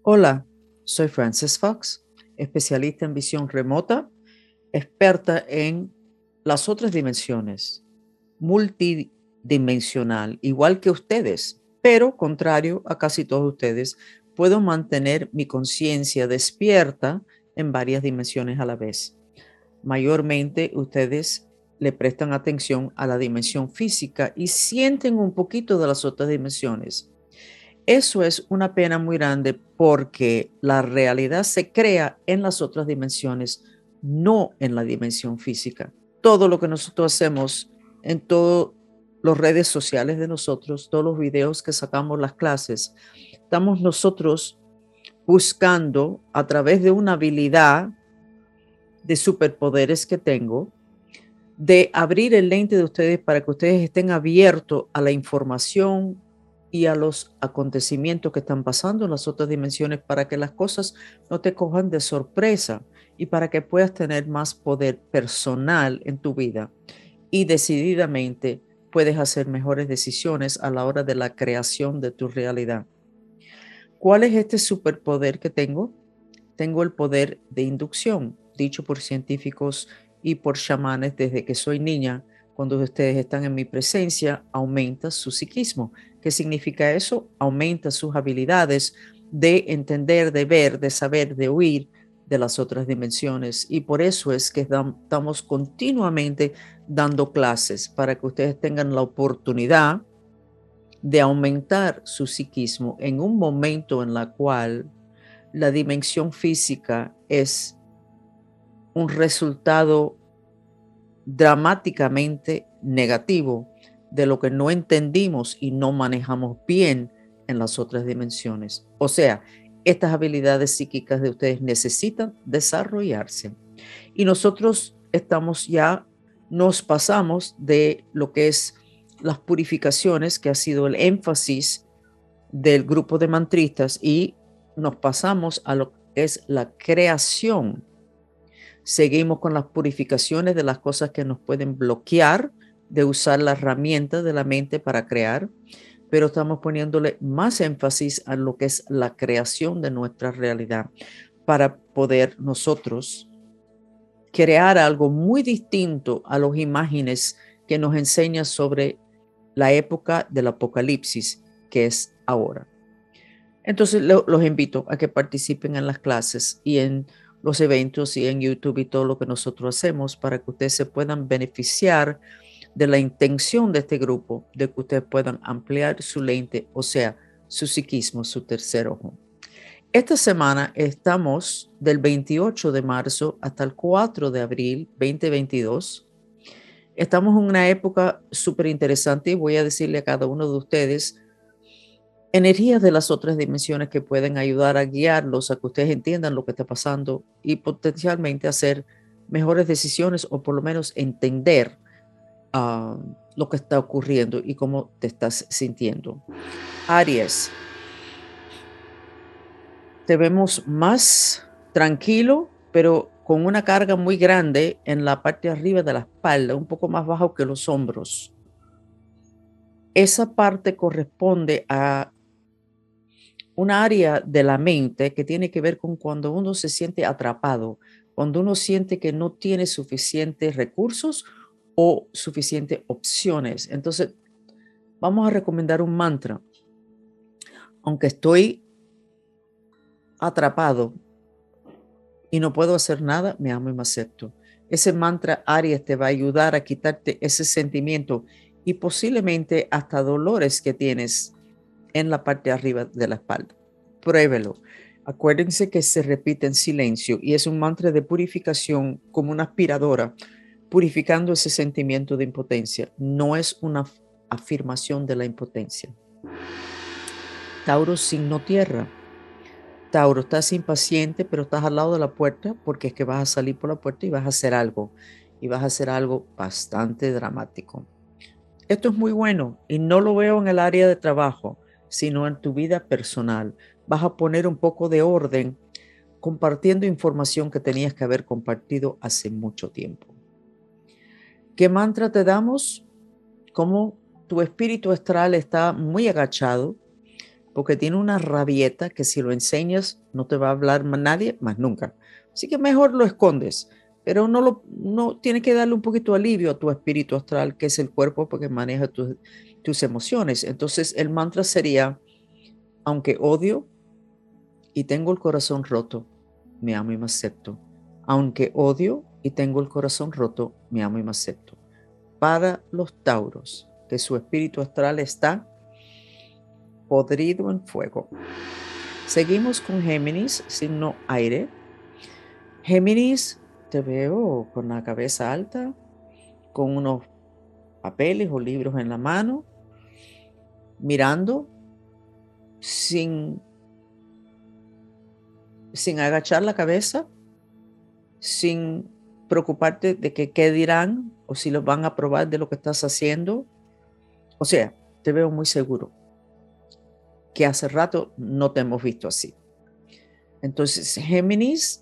Hola, soy Frances Fox, especialista en visión remota, experta en las otras dimensiones, multidimensional, igual que ustedes, pero contrario a casi todos ustedes, puedo mantener mi conciencia despierta en varias dimensiones a la vez. Mayormente ustedes le prestan atención a la dimensión física y sienten un poquito de las otras dimensiones. Eso es una pena muy grande porque la realidad se crea en las otras dimensiones, no en la dimensión física. Todo lo que nosotros hacemos en todas las redes sociales de nosotros, todos los videos que sacamos, las clases, estamos nosotros buscando a través de una habilidad de superpoderes que tengo, de abrir el lente de ustedes para que ustedes estén abiertos a la información y a los acontecimientos que están pasando en las otras dimensiones para que las cosas no te cojan de sorpresa y para que puedas tener más poder personal en tu vida y decididamente puedes hacer mejores decisiones a la hora de la creación de tu realidad. ¿Cuál es este superpoder que tengo? Tengo el poder de inducción, dicho por científicos y por chamanes desde que soy niña. Cuando ustedes están en mi presencia, aumenta su psiquismo. ¿Qué significa eso? Aumenta sus habilidades de entender, de ver, de saber, de oír de las otras dimensiones. Y por eso es que estamos continuamente dando clases para que ustedes tengan la oportunidad de aumentar su psiquismo en un momento en la cual la dimensión física es un resultado dramáticamente negativo de lo que no entendimos y no manejamos bien en las otras dimensiones. O sea, estas habilidades psíquicas de ustedes necesitan desarrollarse. Y nosotros nos pasamos de lo que es las purificaciones, que ha sido el énfasis del grupo de mantristas, y nos pasamos a lo que es la creación. Seguimos con las purificaciones de las cosas que nos pueden bloquear de usar la herramienta de la mente para crear, pero estamos poniéndole más énfasis a lo que es la creación de nuestra realidad para poder nosotros crear algo muy distinto a las imágenes que nos enseña sobre la época del apocalipsis, que es ahora. Entonces los invito a que participen en las clases y en los eventos y en YouTube y todo lo que nosotros hacemos para que ustedes se puedan beneficiar de la intención de este grupo, de que ustedes puedan ampliar su lente, o sea, su psiquismo, su tercer ojo. Esta semana estamos del 28 de marzo hasta el 4 de abril 2022. Estamos en una época súper interesante y voy a decirle a cada uno de ustedes energías de las otras dimensiones que pueden ayudar a guiarlos a que ustedes entiendan lo que está pasando y potencialmente hacer mejores decisiones o por lo menos entender lo que está ocurriendo y cómo te estás sintiendo. Aries, te vemos más tranquilo, pero con una carga muy grande en la parte de arriba de la espalda, un poco más bajo que los hombros. Esa parte corresponde a una área de la mente que tiene que ver con cuando uno se siente atrapado, cuando uno siente que no tiene suficientes recursos o suficientes opciones. Entonces, vamos a recomendar un mantra. Aunque estoy atrapado y no puedo hacer nada, me amo y me acepto. Ese mantra Aries te va a ayudar a quitarte ese sentimiento y posiblemente hasta dolores que tienes en la parte de arriba de la espalda. Pruébelo. Acuérdense que se repite en silencio y es un mantra de purificación como una aspiradora, purificando ese sentimiento de impotencia. No es una afirmación de la impotencia. Tauro, signo tierra. Tauro, estás impaciente, pero estás al lado de la puerta porque es que vas a salir por la puerta y vas a hacer algo. Y vas a hacer algo bastante dramático. Esto es muy bueno y no lo veo en el área de trabajo, sino en tu vida personal. Vas a poner un poco de orden compartiendo información que tenías que haber compartido hace mucho tiempo. ¿Qué mantra te damos? Como tu espíritu astral está muy agachado, porque tiene una rabieta que si lo enseñas no te va a hablar más nadie más nunca. Así que mejor lo escondes, pero no tienes que darle un poquito de alivio a tu espíritu astral, que es el cuerpo porque maneja tus emociones. Entonces el mantra sería, aunque odio y tengo el corazón roto, me amo y me acepto. Aunque odio y tengo el corazón roto, me amo y me acepto. Para los Tauros, que su espíritu astral está podrido en fuego. Seguimos con Géminis, signo aire. Géminis, te veo con la cabeza alta, con unos papeles o libros en la mano, mirando sin agachar la cabeza, sin preocuparte de que qué dirán o si los van a probar de lo que estás haciendo. O sea, te veo muy seguro, que hace rato no te hemos visto así. Entonces, Géminis,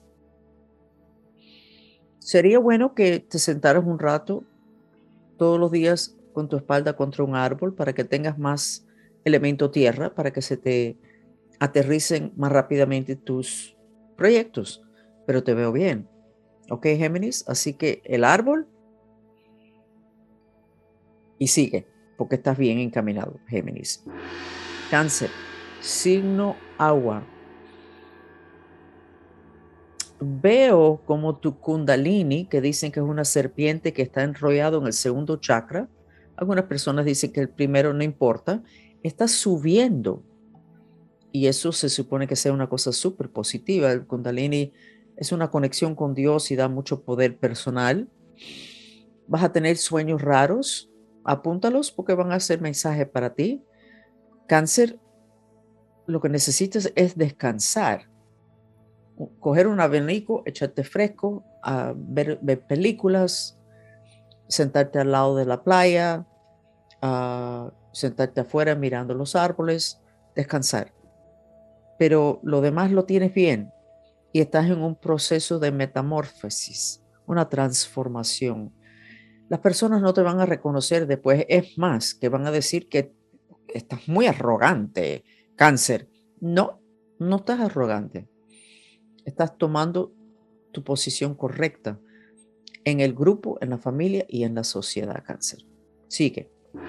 sería bueno que te sentaras un rato todos los días con tu espalda contra un árbol para que tengas más elemento tierra, para que se te aterricen más rápidamente tus proyectos. Pero te veo bien, ¿ok, Géminis? Así que el árbol y sigue, porque estás bien encaminado, Géminis. Cáncer, signo agua. Veo como tu kundalini, que dicen que es una serpiente que está enrollado en el segundo chakra. Algunas personas dicen que el primero no importa. Está subiendo. Y eso se supone que sea una cosa súper positiva. El kundalini es una conexión con Dios y da mucho poder personal. Vas a tener sueños raros. Apúntalos porque van a ser mensajes para ti. Cáncer, lo que necesitas es descansar. Coger un abanico, echarte fresco, a ver películas, sentarte al lado de la playa, sentarte afuera mirando los árboles, descansar. Pero lo demás lo tienes bien y estás en un proceso de metamorfosis, una transformación. Las personas no te van a reconocer después, es más, que van a decir que estás muy arrogante, Cáncer. No, no estás arrogante. Estás tomando tu posición correcta en el grupo, en la familia y en la sociedad, Cáncer. Sigue.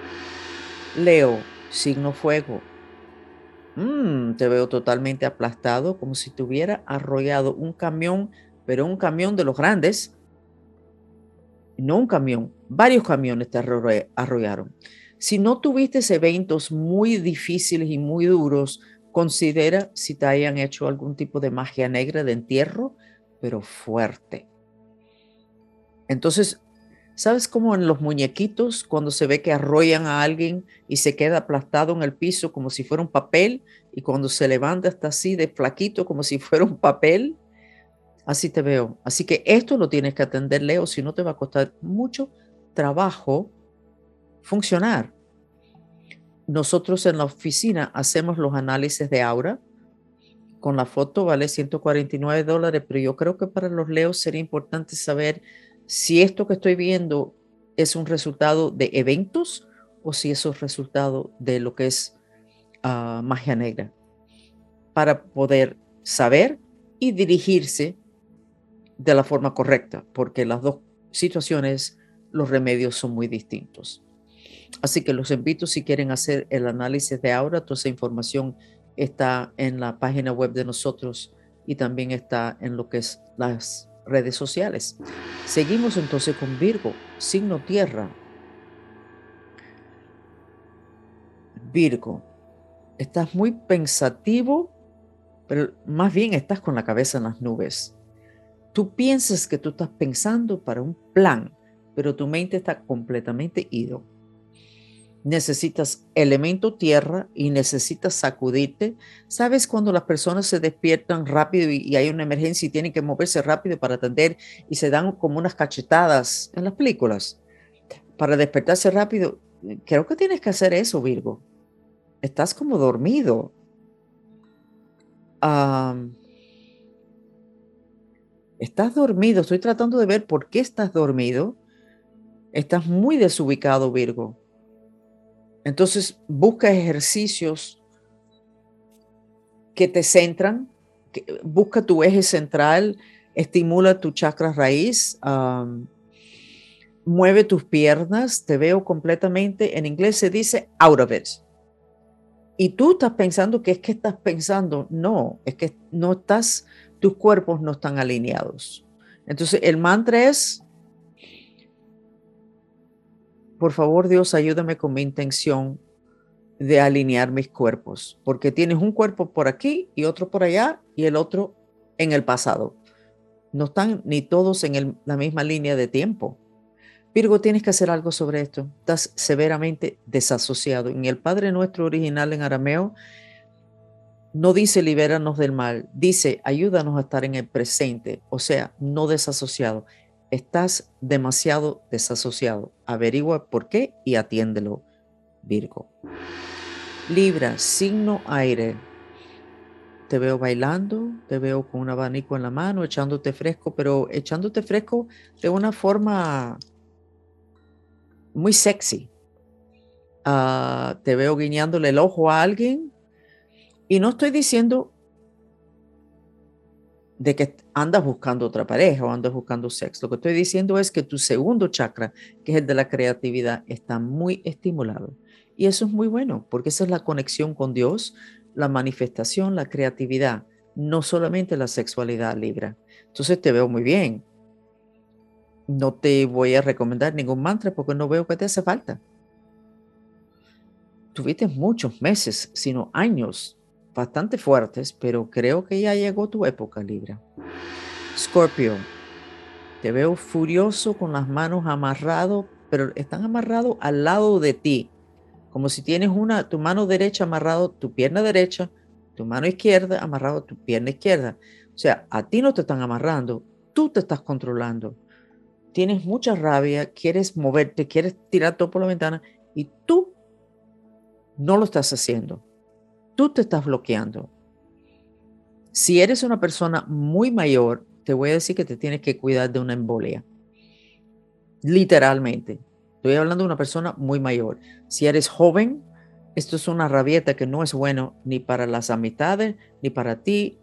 Leo, signo fuego. Te veo totalmente aplastado, como si te hubiera arrollado un camión, pero un camión de los grandes, no un camión, varios camiones te arrollaron. Si no tuviste eventos muy difíciles y muy duros, considera si te hayan hecho algún tipo de magia negra de entierro, pero fuerte. Entonces, ¿sabes cómo en los muñequitos, cuando se ve que arrollan a alguien y se queda aplastado en el piso como si fuera un papel, y cuando se levanta está así de flaquito como si fuera un papel? Así te veo. Así que esto lo tienes que atender, Leo, si no te va a costar mucho trabajo funcionar. Nosotros en la oficina hacemos los análisis de aura. Con la foto vale $149, pero yo creo que para los Leos sería importante saber si esto que estoy viendo es un resultado de eventos o si es un resultado de lo que es magia negra, para poder saber y dirigirse de la forma correcta, porque las dos situaciones, los remedios son muy distintos. Así que los invito, si quieren hacer el análisis de aura, toda esa información está en la página web de nosotros y también está en lo que es las redes sociales. Seguimos entonces con Virgo, signo tierra. Virgo, estás muy pensativo, pero más bien estás con la cabeza en las nubes. Tú piensas que tú estás pensando para un plan, pero tu mente está completamente ido. Necesitas elemento tierra y necesitas sacudirte. ¿Sabes cuando las personas se despiertan rápido y hay una emergencia y tienen que moverse rápido para atender y se dan como unas cachetadas en las películas para despertarse rápido? Creo que tienes que hacer eso, Virgo. Estás como dormido. Estás dormido. Estoy tratando de ver por qué estás dormido. Estás muy desubicado, Virgo. Entonces, busca ejercicios que te centran, busca tu eje central, estimula tu chakra raíz, mueve tus piernas, te veo completamente, en inglés se dice out of it. Y tú estás pensando que es que estás pensando, no, es que no estás, tus cuerpos no están alineados. Entonces el mantra es, por favor Dios, ayúdame con mi intención de alinear mis cuerpos, porque tienes un cuerpo por aquí y otro por allá y el otro en el pasado. No están ni todos en la misma línea de tiempo. Virgo, tienes que hacer algo sobre esto. Estás severamente desasociado. En el Padre Nuestro original en arameo, no dice libéranos del mal, dice ayúdanos a estar en el presente, o sea, no desasociado. Estás demasiado desasociado. Averigua por qué y atiéndelo, Virgo. Libra, signo aire. Te veo bailando, te veo con un abanico en la mano, echándote fresco, pero echándote fresco de una forma muy sexy. Te veo guiñándole el ojo a alguien y no estoy diciendo de que andas buscando otra pareja o andas buscando sexo. Lo que estoy diciendo es que tu segundo chakra, que es el de la creatividad, está muy estimulado. Y eso es muy bueno, porque esa es la conexión con Dios, la manifestación, la creatividad, no solamente la sexualidad, Libra. Entonces te veo muy bien. No te voy a recomendar ningún mantra porque no veo que te hace falta. Tuviste muchos meses, sino años, bastante fuertes, pero creo que ya llegó tu época, Libra. Scorpio, te veo furioso con las manos amarradas, pero están amarrados al lado de ti, como si tienes tu mano derecha amarrado, tu pierna derecha, tu mano izquierda amarrado, tu pierna izquierda. O sea, a ti no te están amarrando, tú te estás controlando. Tienes mucha rabia, quieres moverte, quieres tirar todo por la ventana y tú no lo estás haciendo. Tú te estás bloqueando. Si eres una persona muy mayor, te voy a decir que te tienes que cuidar de una embolia. Literalmente. Estoy hablando de una persona muy mayor. Si eres joven, esto es una rabieta que no es bueno ni para las amistades, ni para ti,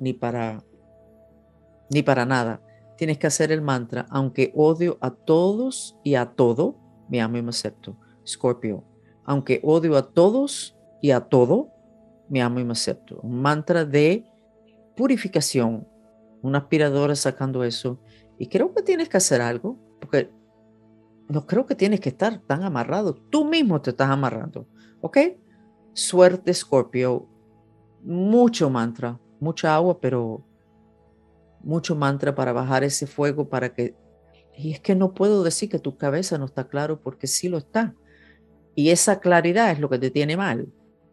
ni para nada. Tienes que hacer el mantra, aunque odio a todos y a todo, me amo y me acepto. Scorpio, aunque odio a todos y a todo, me amo y me acepto. Un mantra de purificación, una aspiradora sacando eso. Y creo que tienes que hacer algo, porque no creo que tienes que estar tan amarrado. Tú mismo te estás amarrando. ¿Ok? Suerte, Scorpio. Mucho mantra, mucha agua, pero mucho mantra para bajar ese fuego para que... Y es que no puedo decir que tu cabeza no está claro porque sí lo está. Y esa claridad es lo que te tiene mal.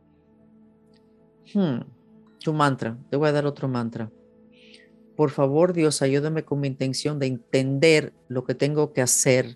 Tu mantra. Te voy a dar otro mantra. Por favor, Dios, ayúdame con mi intención de entender lo que tengo que hacer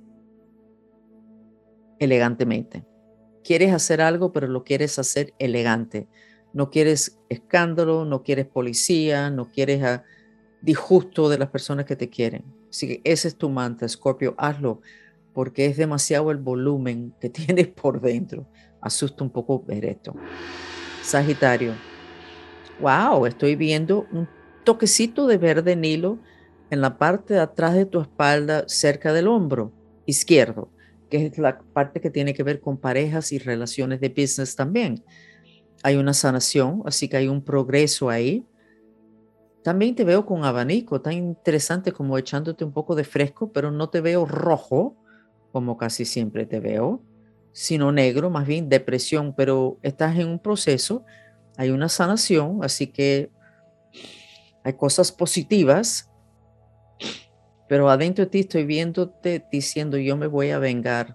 elegantemente. Quieres hacer algo, pero lo quieres hacer elegante. No quieres escándalo, no quieres policía, no quieres disgusto de las personas que te quieren. Así que ese es tu mantra, Scorpio, hazlo, porque es demasiado el volumen que tienes por dentro. Asusta un poco ver esto. Sagitario, wow, estoy viendo un toquecito de verde Nilo en la parte de atrás de tu espalda, cerca del hombro izquierdo, que es la parte que tiene que ver con parejas y relaciones de business también. Hay una sanación, así que hay un progreso ahí. También te veo con abanico, tan interesante como echándote un poco de fresco, pero no te veo rojo, como casi siempre te veo, sino negro, más bien depresión, pero estás en un proceso, hay una sanación, así que hay cosas positivas, pero adentro de ti estoy viéndote diciendo yo me voy a vengar.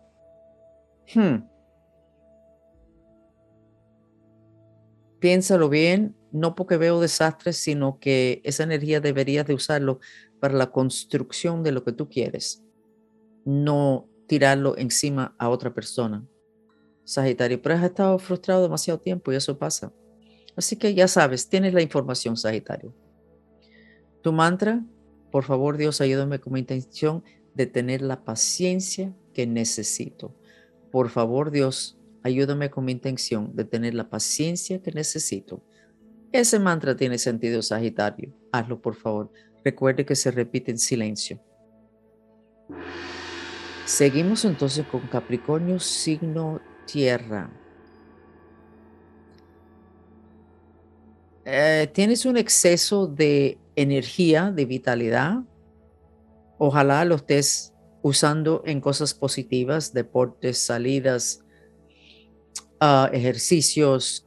Piénsalo bien, no porque veo desastres, sino que esa energía deberías de usarlo para la construcción de lo que tú quieres, no tirarlo encima a otra persona. Sagitario, pero has estado frustrado demasiado tiempo y eso pasa. Así que ya sabes, tienes la información, Sagitario. Tu mantra, por favor, Dios, ayúdame con mi intención de tener la paciencia que necesito. Por favor, Dios, ayúdame con mi intención de tener la paciencia que necesito Ese mantra tiene sentido, Sagitario. Hazlo, por favor. Recuerde que se repite en silencio. Seguimos entonces con Capricornio, signo tierra. Tienes un exceso de energía, de vitalidad. Ojalá lo estés usando en cosas positivas, deportes, salidas, ejercicios.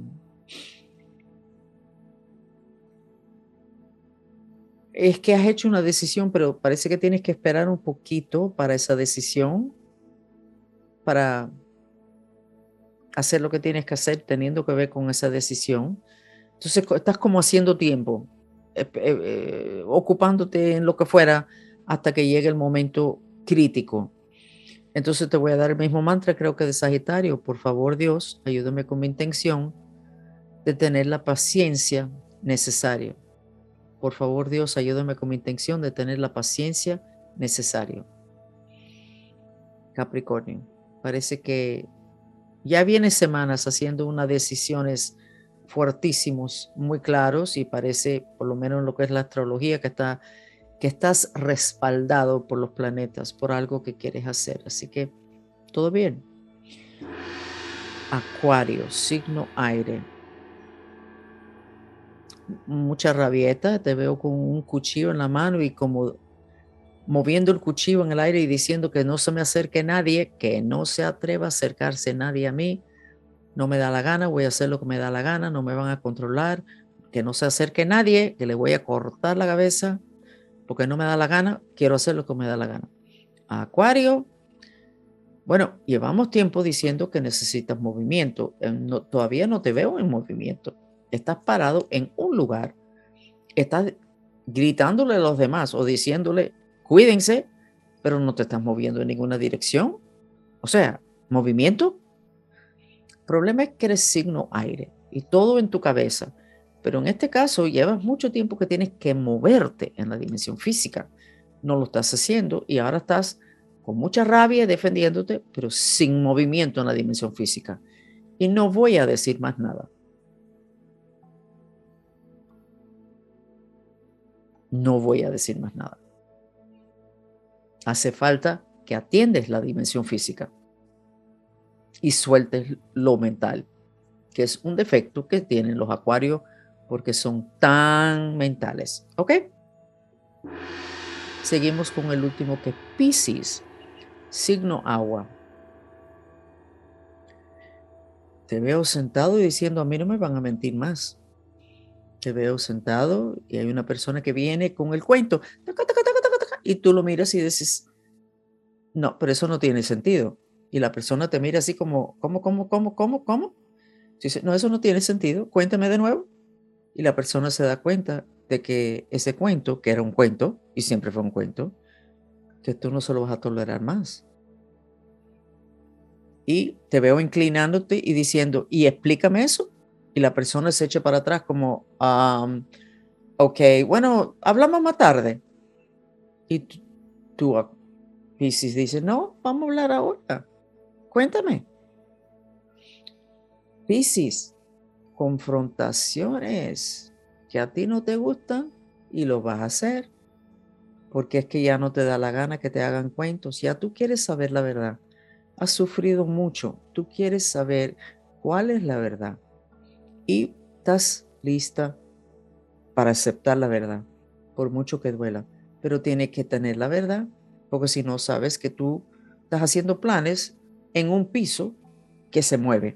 Es que has hecho una decisión, pero parece que tienes que esperar un poquito para esa decisión, para hacer lo que tienes que hacer, teniendo que ver con esa decisión. Entonces estás como haciendo tiempo, ocupándote en lo que fuera hasta que llegue el momento crítico. Entonces te voy a dar el mismo mantra, creo que de Sagitario. Por favor, Dios, ayúdame con mi intención de tener la paciencia necesaria. Por favor, Dios, ayúdame con mi intención de tener la paciencia necesaria. Capricornio, parece que ya vienes semanas haciendo unas decisiones fuertísimos, muy claros, y parece, por lo menos en lo que es la astrología, que estás respaldado por los planetas, por algo que quieres hacer. Así que todo bien. Acuario, signo aire. Mucha rabieta, te veo con un cuchillo en la mano y como moviendo el cuchillo en el aire y diciendo que no se me acerque nadie, que no se atreva a acercarse nadie a mí. No me da la gana, voy a hacer lo que me da la gana, no me van a controlar, que no se acerque nadie, que le voy a cortar la cabeza, porque no me da la gana, quiero hacer lo que me da la gana. Acuario, bueno, llevamos tiempo diciendo que necesitas movimiento, todavía no te veo en movimiento, estás parado en un lugar, estás gritándole a los demás o diciéndole, cuídense, pero no te estás moviendo en ninguna dirección. O sea, movimiento. El problema es que eres signo aire y todo en tu cabeza. Pero en este caso llevas mucho tiempo que tienes que moverte en la dimensión física. No lo estás haciendo y ahora estás con mucha rabia defendiéndote, pero sin movimiento en la dimensión física. Y no voy a decir más nada. No voy a decir más nada. Hace falta que atiendes la dimensión física y sueltes lo mental, que es un defecto que tienen los acuarios porque son tan mentales. ¿Ok? Seguimos con el último, que es Piscis, signo agua. Te veo sentado y diciendo, a mí no me van a mentir más. Te veo sentado y hay una persona que viene con el cuento y tú lo miras y dices, no, pero eso no tiene sentido. Y la persona te mira así como, ¿cómo? Dice, no, eso no tiene sentido, cuéntame de nuevo. Y la persona se da cuenta de que ese cuento, que era un cuento, y siempre fue un cuento, que tú no se lo vas a tolerar más. Y te veo inclinándote y diciendo, y explícame eso. Y la persona se echa para atrás como, ok, bueno, hablamos más tarde. Y tú, Piscis, dices, no, vamos a hablar ahora. Cuéntame. Piscis, confrontaciones que a ti no te gustan y lo vas a hacer porque es que ya no te da la gana que te hagan cuentos. Ya tú quieres saber la verdad. Has sufrido mucho. Tú quieres saber cuál es la verdad y estás lista para aceptar la verdad, por mucho que duela. Pero tienes que tener la verdad, porque si no sabes que tú estás haciendo planes en un piso que se mueve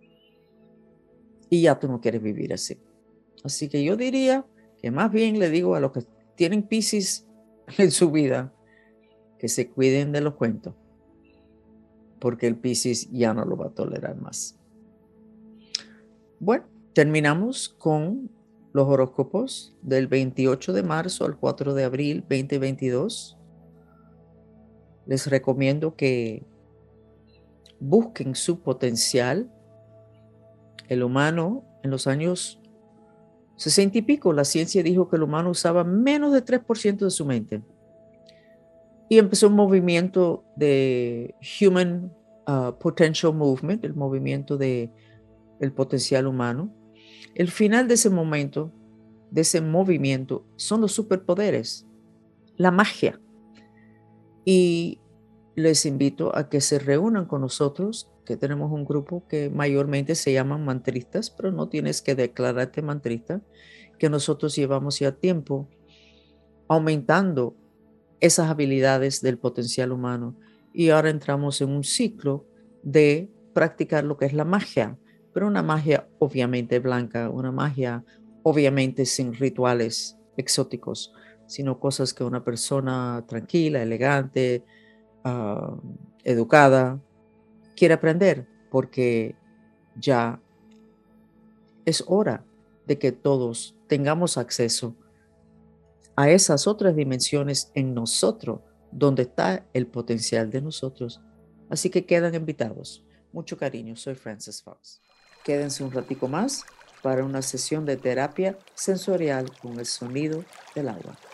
y ya tú no quieres vivir así. Así que yo diría que más bien le digo a los que tienen Piscis en su vida que se cuiden de los cuentos, porque el Piscis ya no lo va a tolerar más. Bueno, terminamos con los horóscopos del 28 de marzo al 4 de abril 2022. Les recomiendo que busquen su potencial. El humano en los años 60 y pico, la ciencia dijo que el humano usaba menos de 3% de su mente. Y empezó un movimiento de Human Potential Movement, el movimiento del potencial humano. El final de ese momento, de ese movimiento, son los superpoderes, la magia. Y les invito a que se reúnan con nosotros, que tenemos un grupo que mayormente se llaman mantristas, pero no tienes que declararte mantrista, que nosotros llevamos ya tiempo aumentando esas habilidades del potencial humano. Y ahora entramos en un ciclo de practicar lo que es la magia, pero una magia obviamente blanca, una magia obviamente sin rituales exóticos, sino cosas que una persona tranquila, elegante, ah, educada quiere aprender, porque ya es hora de que todos tengamos acceso a esas otras dimensiones en nosotros, donde está el potencial de nosotros. Así que quedan invitados. Mucho cariño, soy Frances Fox. Quédense un ratico más para una sesión de terapia sensorial con el sonido del agua.